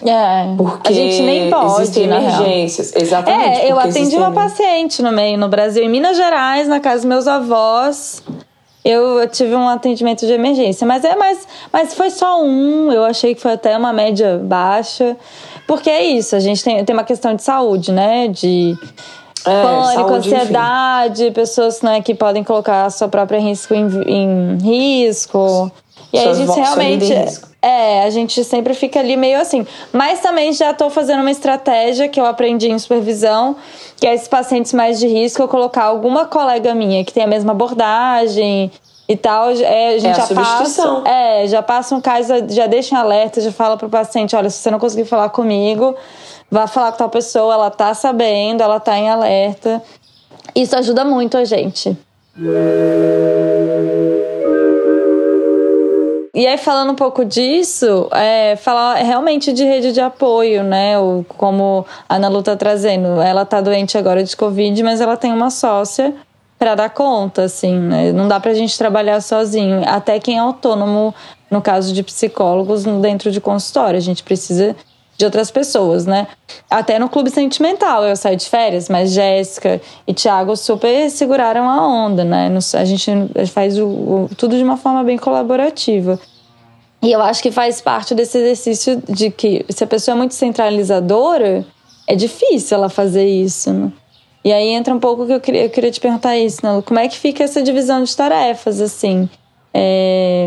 É, porque a gente nem pode, existem na emergências. Real. Exatamente. É, eu atendi existem... uma paciente no meio, no Brasil, em Minas Gerais, na casa dos meus avós. Eu, eu tive um atendimento de emergência, mas é mais, mas foi só um. Eu achei que foi até uma média baixa, porque é isso. A gente tem, tem uma questão de saúde, né? De é, pânico, saúde, ansiedade, enfim. Pessoas, né, que podem colocar a sua própria risco em, em risco. E aí Suas a gente realmente... É, a gente sempre fica ali meio assim. Mas também já tô fazendo uma estratégia que eu aprendi em supervisão, que é esses pacientes mais de risco, eu colocar alguma colega minha que tem a mesma abordagem e tal. É, a gente é a já substituição. passa, é, já passa um caso, já deixa em alerta, já fala pro paciente, olha, se você não conseguir falar comigo, vá falar com tal pessoa, ela tá sabendo, ela tá em alerta. Isso ajuda muito a gente. E aí, falando um pouco disso, é, falar realmente de rede de apoio, né? O, como a Ana Lu tá trazendo. Ela tá doente agora de Covid, mas ela tem uma sócia para dar conta, assim, né? Não dá pra gente trabalhar sozinho. Até quem é autônomo, no caso de psicólogos, dentro de consultório. A gente precisa de outras pessoas, né? Até no clube sentimental eu saí de férias, mas Jéssica e Thiago super seguraram a onda, né? A gente faz o, o, tudo de uma forma bem colaborativa. E eu acho que faz parte desse exercício de que se a pessoa é muito centralizadora, é difícil ela fazer isso, né? E aí entra um pouco que eu queria, eu queria te perguntar isso, né? Como é que fica essa divisão de tarefas, assim? É...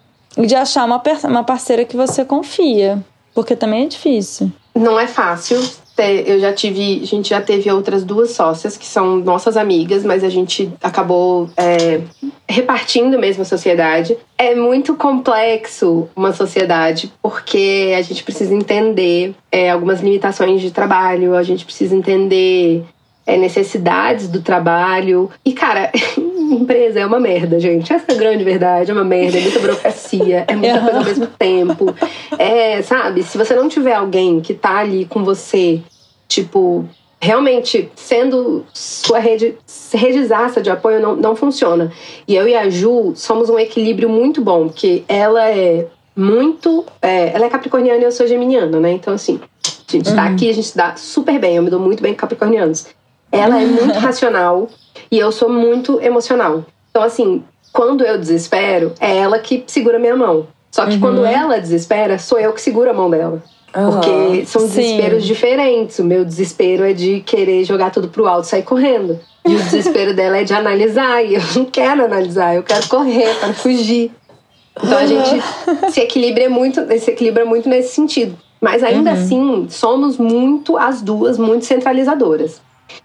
De achar uma, uma parceira que você confia. Porque também é difícil. Não é fácil. Eu já tive, a gente já teve outras duas sócias que são nossas amigas, mas a gente acabou é, repartindo mesmo a sociedade. É muito complexo uma sociedade, porque a gente precisa entender é, algumas limitações de trabalho, a gente precisa entender é, necessidades do trabalho. E, cara, empresa é uma merda, gente. Essa é a grande verdade, é uma merda, é muita burocracia, é muita coisa ao mesmo tempo. É, sabe, se você não tiver alguém que tá ali com você, tipo, realmente sendo sua rede, redezaça de apoio, não, não funciona. E eu e a Ju somos um equilíbrio muito bom, porque ela é muito... É, ela é capricorniana e eu sou geminiana, né? Então, assim, a gente tá aqui, a gente dá super bem, eu me dou muito bem com capricornianos. Ela é muito racional e eu sou muito emocional. Então, assim, quando eu desespero, é ela que segura minha mão. Só que uhum. quando ela desespera, sou eu que seguro a mão dela. Uhum. Porque são desesperos Sim. diferentes. O meu desespero é de querer jogar tudo pro alto e sair correndo. E o desespero dela é de analisar. E eu não quero analisar, eu quero correr, para fugir. Então, uhum. a gente se equilibra muito, se equilibra muito nesse sentido. Mas ainda Uhum. assim, somos muito, as duas, muito centralizadoras.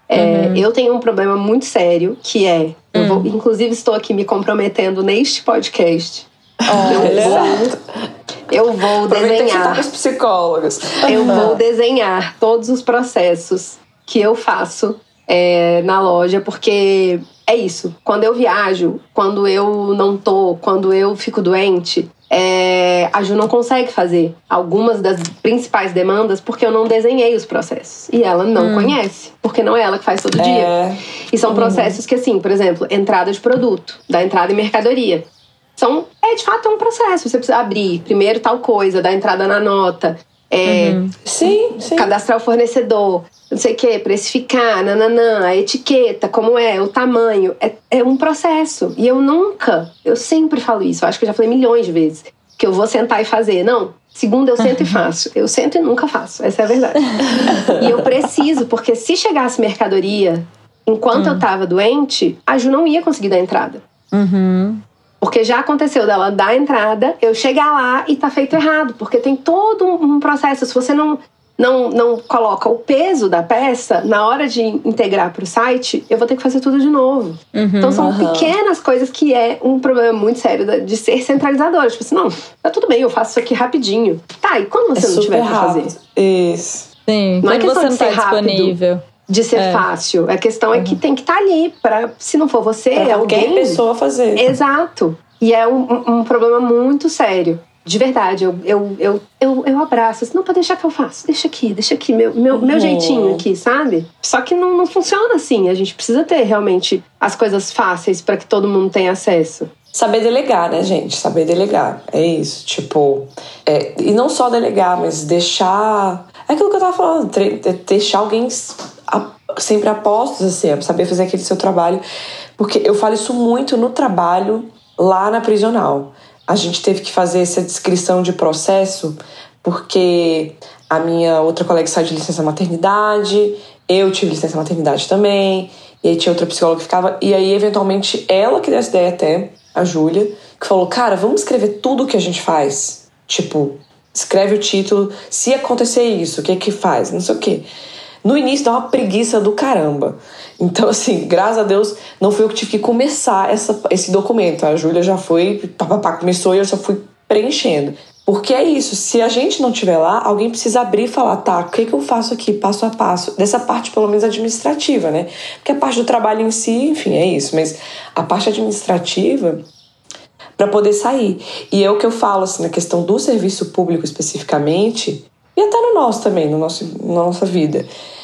É, Uhum. Eu tenho um problema muito sério, que é... Eu vou, inclusive, estou aqui me comprometendo neste podcast. Olha. Eu vou, eu vou Aproveita que você tá com desenhar... os psicólogos. Eu vou desenhar todos os processos que eu faço é, na loja, porque é isso. Quando eu viajo, quando eu não tô, quando eu fico doente, é, a Ju não consegue fazer algumas das principais demandas porque eu não desenhei os processos. E ela não hum. conhece, porque não é ela que faz todo dia. É. E são processos que, assim, por exemplo, entrada de produto, da entrada em mercadoria. São, é de fato um processo. Você precisa abrir primeiro tal coisa, dar entrada na nota, é, uhum. sim, sim. cadastrar o fornecedor, não sei o que, precificar, nananã, a etiqueta, como é, o tamanho. É, é um processo. E eu nunca, eu sempre falo isso, eu acho que eu já falei milhões de vezes, que eu vou sentar e fazer. Não, segunda eu sento e faço. Eu sento e nunca faço, essa é a verdade. E eu preciso, porque se chegasse mercadoria enquanto uhum. eu tava doente, a Ju não ia conseguir dar entrada. Uhum. Porque já aconteceu dela dar entrada, eu chegar lá e tá feito errado. Porque tem todo um processo. Se você não, não, não coloca o peso da peça, na hora de integrar pro site, eu vou ter que fazer tudo de novo. Uhum, então são uhum. pequenas coisas que é um problema muito sério de ser centralizadora. Tipo assim, não, tá tudo bem, eu faço isso aqui rapidinho. Tá, e quando você é não tiver pra fazer? Isso. Sim, não quando é questão você não de ser tá rápido, disponível. de ser é. fácil. A questão é que tem que estar tá ali pra, se não for você, pra é alguém... qualquer pessoa fazer. Exato. E é um, um, um problema muito sério. De verdade, eu, eu, eu, eu, eu abraço. Assim, não, pode deixar que eu faço. Deixa aqui, deixa aqui, meu, meu, uhum. meu jeitinho aqui, sabe? Só que não, não funciona assim. A gente precisa ter realmente as coisas fáceis para que todo mundo tenha acesso. Saber delegar, né, gente? Saber delegar. É isso. Tipo, é, e não só delegar, mas deixar... É aquilo que eu tava falando. Deixar alguém sempre a postos, assim. Saber fazer aquele seu trabalho. Porque eu falo isso muito no trabalho lá na prisional. A gente teve que fazer essa descrição de processo porque a minha outra colega saiu de licença maternidade, eu tive licença maternidade também, e aí tinha outra psicóloga que ficava, e aí eventualmente ela que deu essa ideia até, a Júlia, que falou, cara, vamos escrever tudo o que a gente faz. Tipo, escreve o título, se acontecer isso, o que que faz? Não sei o quê. No início dá uma preguiça do caramba. Então, assim, graças a Deus, não fui eu que tive que começar essa, esse documento. A Júlia já foi, papapá, começou e eu só fui preenchendo. Porque é isso, se a gente não estiver lá, alguém precisa abrir e falar, tá, o que, que eu faço aqui, passo a passo? Dessa parte, pelo menos, administrativa, né? Porque a parte do trabalho em si, enfim, é isso. Mas a parte administrativa, para poder sair. E é o que eu falo, assim, na questão do serviço público especificamente, e até no nosso também, no nosso, na nossa vida.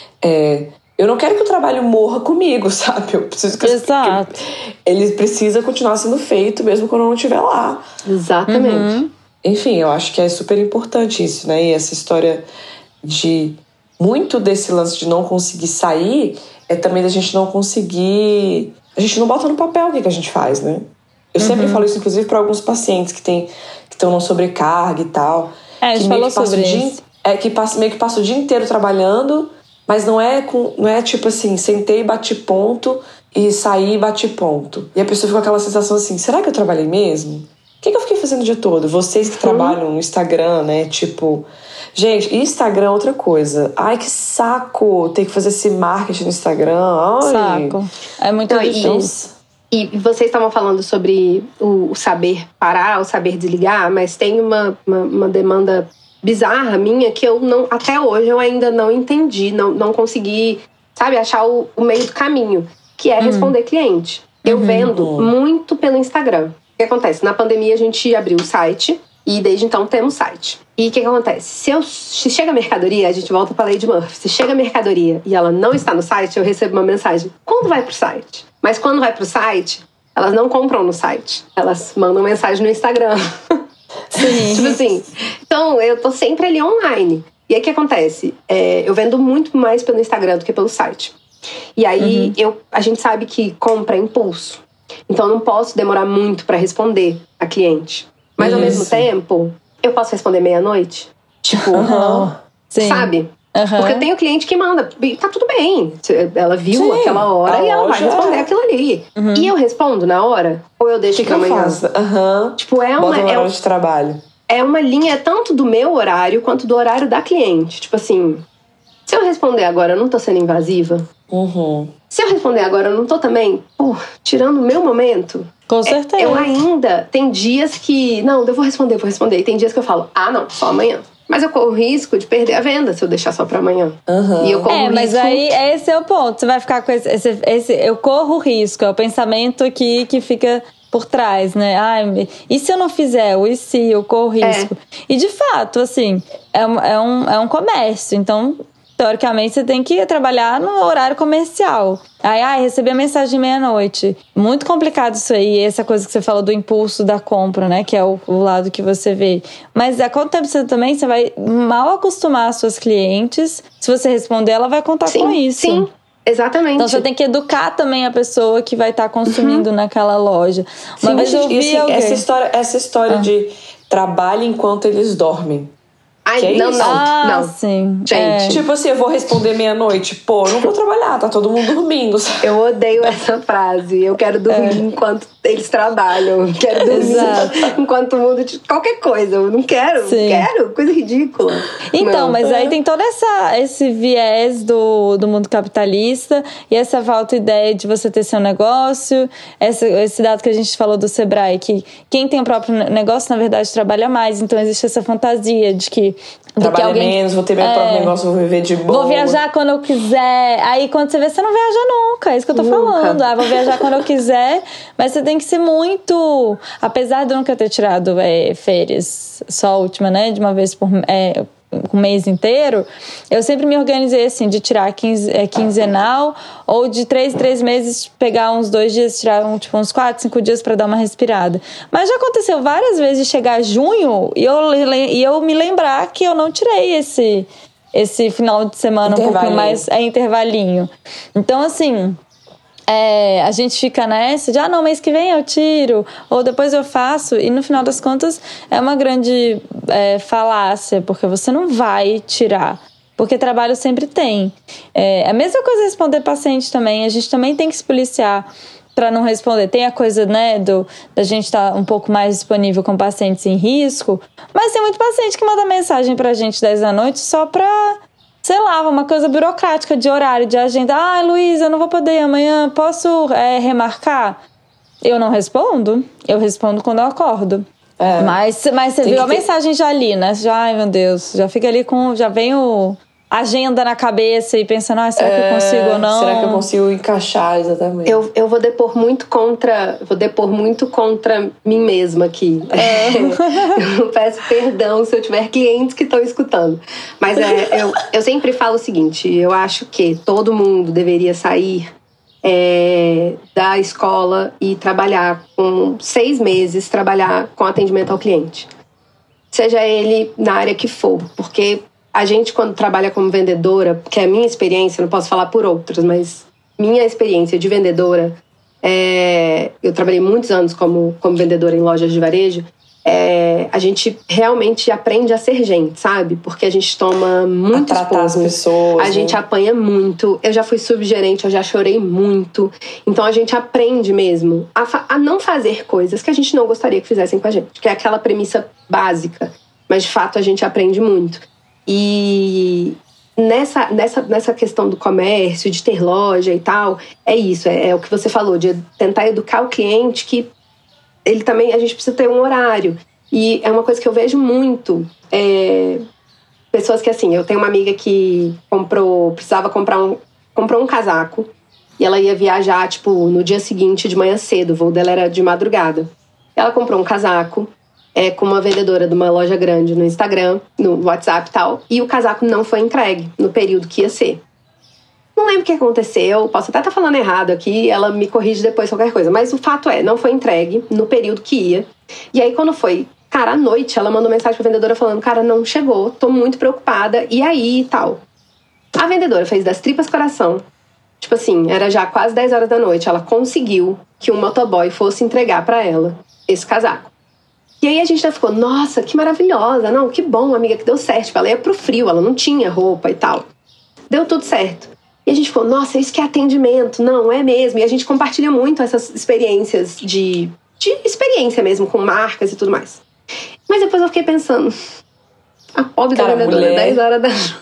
É, eu não quero que o trabalho morra comigo, sabe? Eu preciso que, Exato. que ele precisa continuar sendo feito mesmo quando eu não estiver lá. Exatamente. Uhum. Enfim, eu acho que é super importante isso, né? E essa história de... Muito desse lance de não conseguir sair é também da gente não conseguir... A gente não bota no papel o que, que a gente faz, né? Eu uhum. sempre falo isso, inclusive, para alguns pacientes que tem, que estão na sobrecarga e tal. É, a gente falou sobre isso. Dia, é, que passa, meio que passa o dia inteiro trabalhando, mas não é, com, não é tipo assim, sentei, bati ponto e saí e bati ponto. E a pessoa fica com aquela sensação assim, será que eu trabalhei mesmo? O que, que eu fiquei fazendo o dia todo? Vocês que uhum. trabalham no Instagram, né? Tipo... Gente, Instagram é outra coisa. Ai, que saco ter que fazer esse marketing no Instagram. Ai. Saco. É muito então, difícil. E, e vocês estavam falando sobre o, o saber parar, o saber desligar, mas tem uma, uma, uma demanda bizarra minha que eu não... Até hoje eu ainda não entendi, não, não consegui, sabe, achar o, o meio do caminho. Que é responder hum. cliente. Eu uhum. vendo muito pelo Instagram. O que acontece? Na pandemia a gente abriu o site e desde então temos site. E o que, que acontece? Se, eu, se chega a mercadoria, a gente volta para a lei de Murphy. Se chega a mercadoria e ela não está no site, eu recebo uma mensagem. Quando vai pro site? Mas quando vai pro site, elas não compram no site. Elas mandam mensagem no Instagram. Sim. Tipo assim. Então, eu tô sempre ali online. E aí o que acontece? É, eu vendo muito mais pelo Instagram do que pelo site. E aí uhum. eu, a gente sabe que compra é impulso. Então, eu não posso demorar muito para responder a cliente. Mas, Isso. ao mesmo tempo, eu posso responder meia-noite? Tipo, uhum. sabe? Uhum. Porque eu tenho cliente que manda, tá tudo bem. Ela viu Sim, aquela hora e ela vai responder é. aquilo ali. Uhum. E eu respondo na hora? Ou eu deixo que pra que amanhã? Eu faço? Uhum. Tipo, é Bota uma... no é horário de trabalho. É é uma linha tanto do meu horário quanto do horário da cliente. Tipo assim, se eu responder agora, eu não tô sendo invasiva? Uhum. Se eu responder agora, eu não tô também, pô, tirando o meu momento? Com certeza. Eu ainda, tem dias que, não, eu vou responder, vou responder. E tem dias que eu falo, ah, não, só amanhã. Mas eu corro risco de perder a venda se eu deixar só pra amanhã. Uhum. E eu corro é, mas risco... aí esse é o ponto. Você vai ficar com esse, esse, esse... Eu corro risco, é o pensamento aqui que fica por trás, né? Ai, e se eu não fizer? O e se eu corro risco? É. E de fato, assim, é um, é, um, é um comércio. Então, teoricamente, você tem que trabalhar no horário comercial. Aí, ai, recebi a mensagem meia-noite. Muito complicado isso aí, essa coisa que você falou do impulso da compra, né? Que é o, o lado que você vê. Mas a quanto tempo você também, você vai mal acostumar as suas clientes. Se você responder, ela vai contar sim, com isso. Sim, exatamente. Então você tem que educar também a pessoa que vai estar consumindo uhum. naquela loja. Uma sim, vez eu vi assim, alguém... essa história, essa história ah. de trabalho enquanto eles dormem. Ai, que é não, isso? não, ah, não. Sim. Gente. É. Tipo assim, eu vou responder meia-noite. Pô, eu não vou trabalhar, tá todo mundo dormindo. Eu odeio essa frase. Eu quero dormir é. enquanto eles trabalham. Eu quero dormir Exato. enquanto o mundo... Qualquer coisa. Eu não quero. Sim. Quero. Coisa ridícula. Então, não. mas é. aí tem todo essa, esse viés do, do mundo capitalista e essa falta de ideia de você ter seu negócio. Esse, esse dado que a gente falou do Sebrae, que quem tem o próprio negócio, na verdade, trabalha mais. Então, existe essa fantasia de que trabalho alguém... menos, vou ter meu é, próprio negócio, vou viver de boa. Vou viajar quando eu quiser. Aí quando você vê, você não viaja nunca. É isso que eu tô nunca. falando. Ah, vou viajar quando eu quiser. Mas você tem que ser muito... Apesar de eu nunca ter tirado é, férias, só a última, né? De uma vez por... É, um mês inteiro, eu sempre me organizei assim, de tirar quinze, é, quinzenal ou de três, três meses pegar uns dois dias, tirar um, tipo, uns quatro, cinco dias para dar uma respirada. Mas já aconteceu várias vezes de chegar junho e eu, e eu me lembrar que eu não tirei esse, esse final de semana um pouquinho mais é, intervalinho. Então, assim... É, a gente fica nessa de, ah, não, mês que vem eu tiro, ou depois eu faço, e no final das contas é uma grande é, falácia, porque você não vai tirar, porque trabalho sempre tem. É a mesma coisa responder paciente também, a gente também tem que se policiar para não responder. Tem a coisa, né, do, da gente estar tá um pouco mais disponível com pacientes em risco, mas tem muito paciente que manda mensagem pra gente dez da noite só pra... sei lá, uma coisa burocrática de horário, de agenda. Ah, Luísa, eu não vou poder amanhã, posso é, remarcar? Eu não respondo, eu respondo quando eu acordo. É. Mas, mas você Tem viu a ter... mensagem já ali, né? Já, ai, meu Deus, já fica ali com... Já vem o... agenda na cabeça e pensando, ah, será é, que eu consigo ou não? Será que eu consigo encaixar exatamente? Eu, eu vou depor muito contra, vou depor muito contra mim mesma aqui. É. Eu peço perdão se eu tiver clientes que estão escutando. Mas é, eu, eu sempre falo o seguinte, eu acho que todo mundo deveria sair é, da escola e trabalhar com seis meses, trabalhar com atendimento ao cliente. Seja ele na área que for, porque a gente, quando trabalha como vendedora, que é a minha experiência, não posso falar por outras, mas minha experiência de vendedora, é, eu trabalhei muitos anos como, como vendedora em lojas de varejo, é, a gente realmente aprende a ser gente, sabe? Porque a gente toma muito a tratar as pessoas, a né? gente apanha muito. Eu já fui subgerente, eu já chorei muito. Então a gente aprende mesmo a, fa- a não fazer coisas que a gente não gostaria que fizessem com a gente, que é aquela premissa básica, mas de fato a gente aprende muito. E nessa, nessa, nessa questão do comércio, de ter loja e tal, é isso, é, é o que você falou, de tentar educar o cliente que ele também, a gente precisa ter um horário. E é uma coisa que eu vejo muito, é, pessoas que assim, eu tenho uma amiga que comprou, precisava comprar um, comprou um casaco e ela ia viajar, tipo, no dia seguinte de manhã cedo, o voo dela era de madrugada. Ela comprou um casaco, É, com uma vendedora de uma loja grande no Instagram, no WhatsApp e tal, e o casaco não foi entregue no período que ia ser. Não lembro o que aconteceu, posso até estar falando errado aqui, ela me corrige depois qualquer coisa, mas o fato é, não foi entregue no período que ia. E aí quando foi, cara, à noite, ela mandou mensagem pra vendedora falando, cara, não chegou, tô muito preocupada, e aí e tal. A vendedora fez das tripas coração, tipo assim, era já quase dez horas da noite, ela conseguiu que um motoboy fosse entregar pra ela esse casaco. E aí a gente já ficou, nossa, que maravilhosa, não, que bom, amiga, que deu certo. Tipo, ela ia pro frio, ela não tinha roupa e tal. Deu tudo certo. E a gente ficou, nossa, isso que é atendimento, não, é mesmo. E a gente compartilha muito essas experiências de, de experiência mesmo, com marcas e tudo mais. Mas depois eu fiquei pensando, a pobre da vendedora, mulher... dez horas da noite,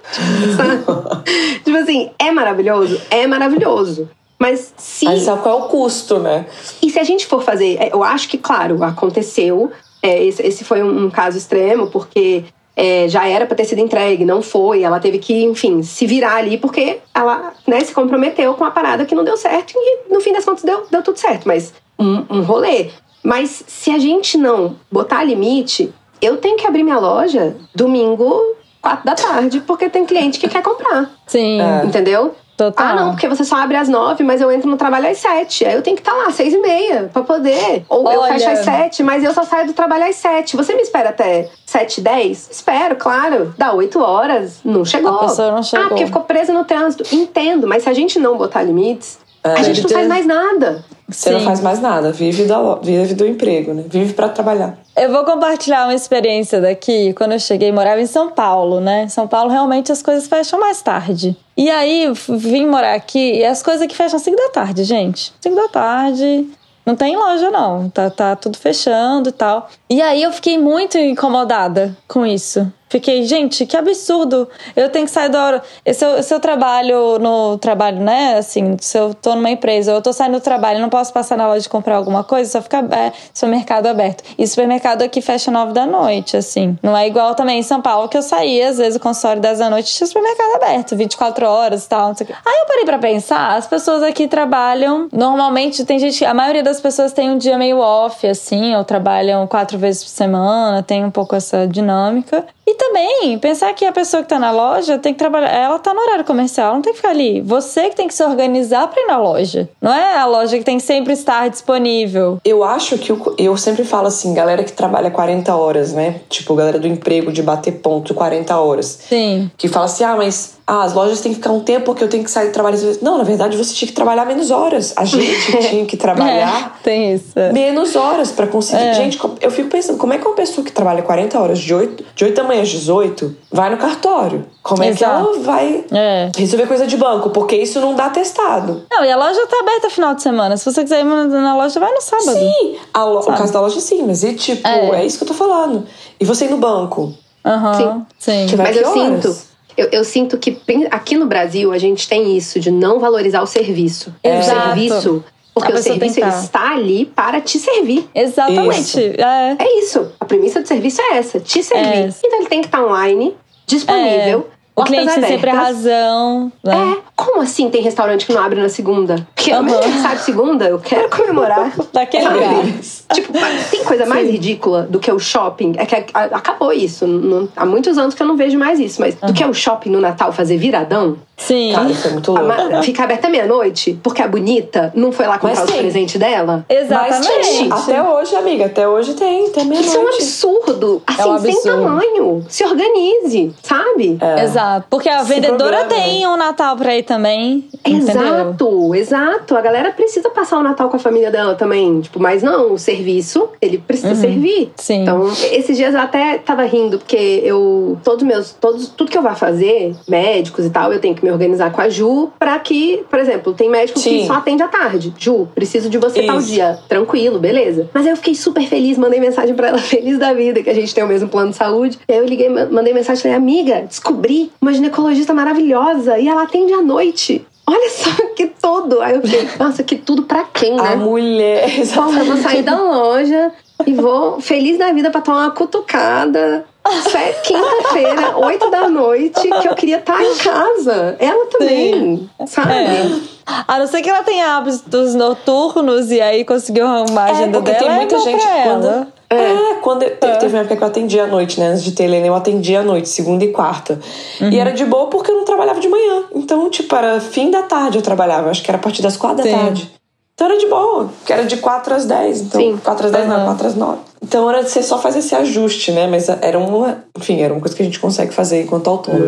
sabe? Tipo assim, é maravilhoso? É maravilhoso. Mas se... Mas sabe qual é o custo, né? E se a gente for fazer... Eu acho que, claro, aconteceu. É, esse, esse foi um, um caso extremo, porque é, já era pra ter sido entregue, não foi. Ela teve que, enfim, se virar ali, porque ela, né, se comprometeu com a parada que não deu certo. E, no fim das contas, deu, deu tudo certo. Mas um, um rolê. Mas se a gente não botar limite, eu tenho que abrir minha loja domingo, quatro da tarde, porque tem cliente que quer comprar. Sim. É. Entendeu? Total. Ah, não, porque você só abre às nove, mas eu entro no trabalho às sete. Aí eu tenho que estar lá às seis e meia pra poder. Ou Olha... eu fecho às sete, mas eu só saio do trabalho às sete. Você me espera até sete e dez? Espero, claro. Dá oito horas. Não chegou. A pessoa não chegou. Ah, porque ficou presa no trânsito. Entendo, mas se a gente não botar limites, é, a gente não faz mais nada. Você Sim. não faz mais nada. Vive, da, vive do emprego, né? Vive pra trabalhar. Eu vou compartilhar uma experiência daqui. Quando eu cheguei, morava em São Paulo, né? Em São Paulo, realmente, as coisas fecham mais tarde. E aí, vim morar aqui e as coisas aqui fecham cinco da tarde, gente. cinco da tarde... Não tem loja, não. Tá, tá tudo fechando e tal. E aí eu fiquei muito incomodada com isso. Fiquei, gente, que absurdo. Eu tenho que sair da hora. Se eu, se eu trabalho no trabalho, né? Assim, se eu tô numa empresa, eu tô saindo do trabalho, não posso passar na loja de comprar alguma coisa, só fica é, supermercado aberto. E supermercado aqui fecha nove da noite, assim. Não é igual também em São Paulo, que eu saía, às vezes, o consultório dez da noite tinha supermercado aberto, vinte e quatro horas e tal, não sei o quê. Aí eu parei pra pensar, as pessoas aqui trabalham, normalmente tem gente, a maioria das pessoas tem um dia meio off, assim, ou trabalham quatro vezes por semana, tem um pouco essa dinâmica. E também, pensar que a pessoa que tá na loja tem que trabalhar, ela tá no horário comercial, ela não tem que ficar ali. Você que tem que se organizar pra ir na loja. Não é a loja que tem que sempre estar disponível. Eu acho que, eu, eu sempre falo assim, galera que trabalha quarenta horas, né? Tipo, galera do emprego de bater ponto, quarenta horas. Sim. Que fala assim, ah, mas ah, as lojas têm que ficar um tempo porque eu tenho que sair do trabalho. Não, na verdade, você tinha que trabalhar menos horas. A gente tinha que trabalhar é, tem isso. menos horas pra conseguir. É. Gente, eu fico pensando, como é que uma pessoa que trabalha quarenta horas, de oito, de oito da manhã às dezoito, vai no cartório? Como é Exato. que ela vai é. resolver coisa de banco? Porque isso não dá atestado. Não, e a loja tá aberta final de semana. Se você quiser ir na loja, vai no sábado. Sim, a lo- o caso da loja sim, mas e tipo, é. é isso que eu tô falando. E você ir no banco? Aham, sim. sim. Mas eu sinto... Eu, eu sinto que aqui no Brasil a gente tem isso de não valorizar o serviço. É. O serviço, porque o serviço ele está ali para te servir. Exatamente. Isso. É. é isso. A premissa do serviço é essa, te servir. É. Então ele tem que estar online, disponível. É. O cliente tem sempre a razão. Né? É. Como assim tem restaurante que não abre na segunda? Porque uhum. mesmo que sabe segunda, eu quero comemorar. Daquele lugar. Tipo, tem coisa mais Sim. ridícula do que o shopping. É que a, a, acabou isso. Não, há muitos anos que eu não vejo mais isso. Mas uhum. do que o shopping no Natal fazer viradão? Sim. Cara, isso é muito louco. A, fica aberta meia-noite, porque a bonita não foi lá comprar os presentes dela? Exatamente. Mas tem. Até hoje, amiga. Até hoje tem. Até meia-noite. Isso é um absurdo. Assim, é um absurdo. Sem tamanho. Se organize, sabe? É. Exato. Porque a Esse vendedora problema, tem um Natal pra ir também. Exato, entendeu? exato. A galera precisa passar o Natal com a família dela também. Tipo, mas não, o serviço, ele precisa uhum. servir. Sim. Então, esses dias eu até tava rindo, porque eu, todos meus, todos, tudo que eu vá fazer, médicos e tal, eu tenho que me organizar com a Ju pra que, por exemplo, tem médico Sim. que só atende à tarde. Ju, preciso de você Isso. tal dia. Tranquilo, beleza. Mas aí eu fiquei super feliz, mandei mensagem pra ela, feliz da vida, que a gente tem o mesmo plano de saúde. E aí eu liguei, mandei mensagem, falei, amiga, descobri uma ginecologista maravilhosa e ela atende à noite. Olha só que tudo. Aí eu fiquei, nossa, que tudo pra quem, né? A mulher. Nossa, eu vou sair da loja e vou feliz da vida pra tomar uma cutucada. Quinta-feira, oito da noite, que eu queria estar em casa. Ela também, Sim. sabe? É. A não ser que ela tenha hábitos noturnos e aí conseguiu arrumar a agenda é, porque dela. Tem muita é gente quando. Ela. É, é, quando eu, é. teve uma época que eu atendia à noite, né? Antes de ter Helena, eu atendia à noite, segunda e quarta. Uhum. E era de boa porque eu não trabalhava de manhã. Então, tipo, era fim da tarde eu trabalhava. Acho que era a partir das quatro Sim. da tarde. Então era de boa, que era de quatro às dez. Então, Sim. quatro às dez, uhum. não, quatro às nove. Então era de você só fazer esse ajuste, né? Mas era uma. Enfim, era uma coisa que a gente consegue fazer enquanto autônomo.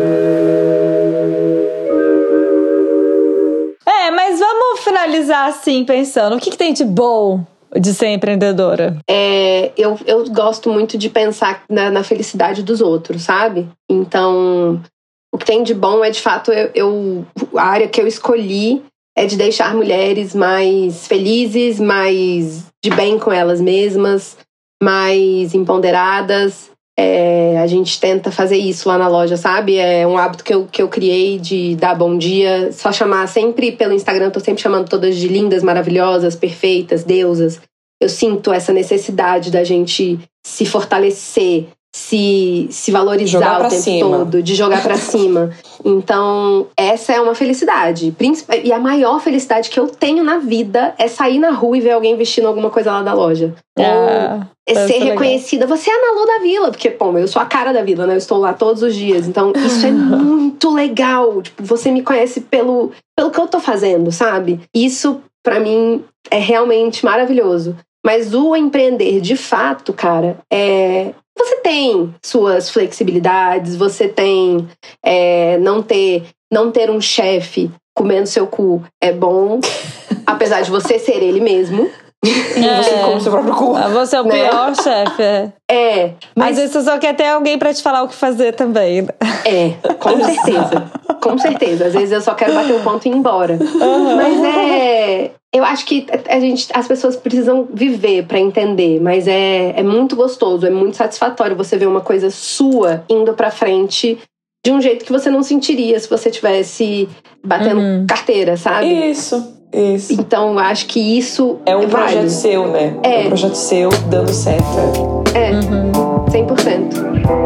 É, mas vamos finalizar assim, pensando: o que, que tem de bom de ser empreendedora? É, eu, eu gosto muito de pensar na, na felicidade dos outros, sabe? Então, o que tem de bom é, de fato, eu, eu, a área que eu escolhi é de deixar mulheres mais felizes, mais de bem com elas mesmas. mais empoderadas. É, a gente tenta fazer isso lá na loja, sabe? É um hábito que eu, que eu criei de dar bom dia. Só chamar sempre pelo Instagram, tô sempre chamando todas de lindas, maravilhosas, perfeitas, deusas. Eu sinto essa necessidade da gente se fortalecer, se, se valorizar jogar o tempo cima. todo, de jogar pra cima. Então, essa é uma felicidade. E a maior felicidade que eu tenho na vida é sair na rua e ver alguém vestindo alguma coisa lá da loja. Ah, Ou é ser reconhecida. Legal. Você é a Nalu da Vila, porque, pô, eu sou a cara da Vila, né? Eu estou lá todos os dias. Então, isso é muito legal. Tipo, você me conhece pelo, pelo que eu tô fazendo, sabe? Isso, pra mim, é realmente maravilhoso. Mas o empreender, de fato, cara, é... Você tem suas flexibilidades, você tem é, não ter, não ter um chefe comendo seu cu é bom, apesar de você ser ele mesmo. É, você come seu próprio cu. Você é o né? pior chefe. É. É. Mas Às vezes você só quer ter alguém pra te falar o que fazer também. É, com certeza. Com certeza. Às vezes eu só quero bater o ponto e ir embora. Uhum. Mas é... Eu acho que a gente, as pessoas precisam viver pra entender. Mas é, é muito gostoso, é muito satisfatório você ver uma coisa sua indo pra frente de um jeito que você não sentiria se você estivesse batendo uhum. carteira, sabe? Isso. Isso. Então, acho que isso é um é projeto válido. seu, né? É. é um projeto seu dando certo. É, uhum. cem por cento.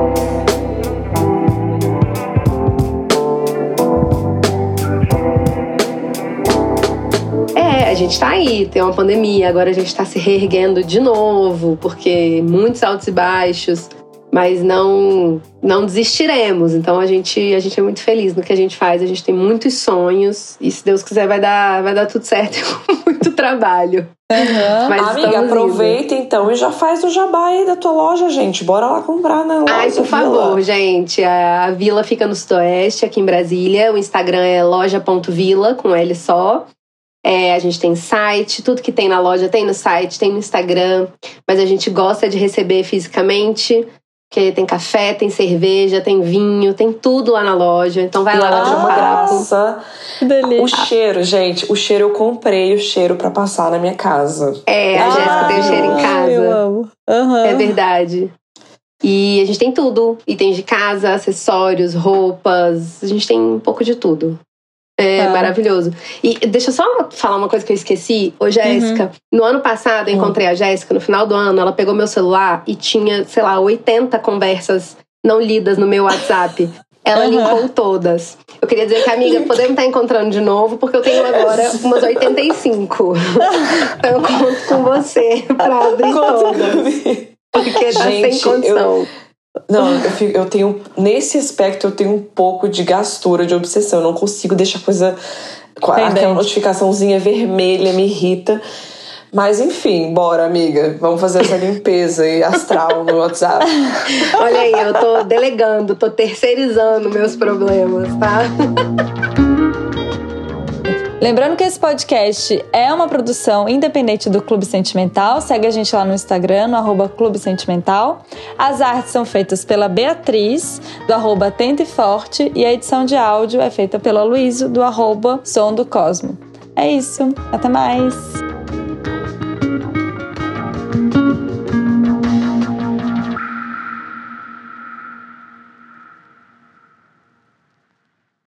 É, a gente tá aí, tem uma pandemia, agora a gente tá se reerguendo de novo, porque muitos altos e baixos, mas não, não desistiremos. Então a gente, a gente é muito feliz no que a gente faz, a gente tem muitos sonhos e se Deus quiser vai dar, vai dar tudo certo com muito trabalho. Uhum. Mas amiga, aproveita indo. Então e já faz o jabá aí da tua loja, gente. Bora lá comprar na loja. Ai, por favor, Vila. gente. A Vila fica no Sudoeste, aqui em Brasília. O Instagram é loja ponto vila, com L só. É, a gente tem site, tudo que tem na loja tem no site, tem no Instagram. Mas a gente gosta de receber fisicamente. Porque tem café, tem cerveja, tem vinho, tem tudo lá na loja. Então vai e lá, ela bater é um uma papo. graça. Que delícia. O cheiro, gente, o cheiro eu comprei o cheiro pra passar na minha casa. É, a ah, Jéssica tem o cheiro em casa. Eu amo. Uhum. É verdade. E a gente tem tudo. Itens de casa, acessórios, roupas. A gente tem um pouco de tudo. É tá. Maravilhoso. E deixa eu só falar uma coisa que eu esqueci. Ô, Jéssica, uhum. no ano passado eu encontrei a Jéssica, no final do ano, ela pegou meu celular e tinha, sei lá, oitenta conversas não lidas no meu WhatsApp. Ela uhum. linkou todas. Eu queria dizer que, amiga, podemos estar encontrando de novo, porque eu tenho agora umas oitenta e cinco. Então eu conto com você pra abrir todas. Porque tá gente, sem condição. Eu... Não, eu, fico, eu tenho... Nesse aspecto, eu tenho um pouco de gastura, de obsessão. Eu não consigo deixar a coisa... Pendente. Aquela notificaçãozinha vermelha me irrita. Mas, enfim, bora, amiga. Vamos fazer essa limpeza e astral no WhatsApp. Olha aí, eu tô delegando, tô terceirizando meus problemas, tá? Lembrando que esse podcast é uma produção independente do Clube Sentimental. Segue a gente lá no Instagram, no arroba Clube Sentimental. As artes são feitas pela Beatriz, do arroba Tente Forte. E a edição de áudio é feita pela Luísa, do arroba Som do Cosmo. É isso. Até mais!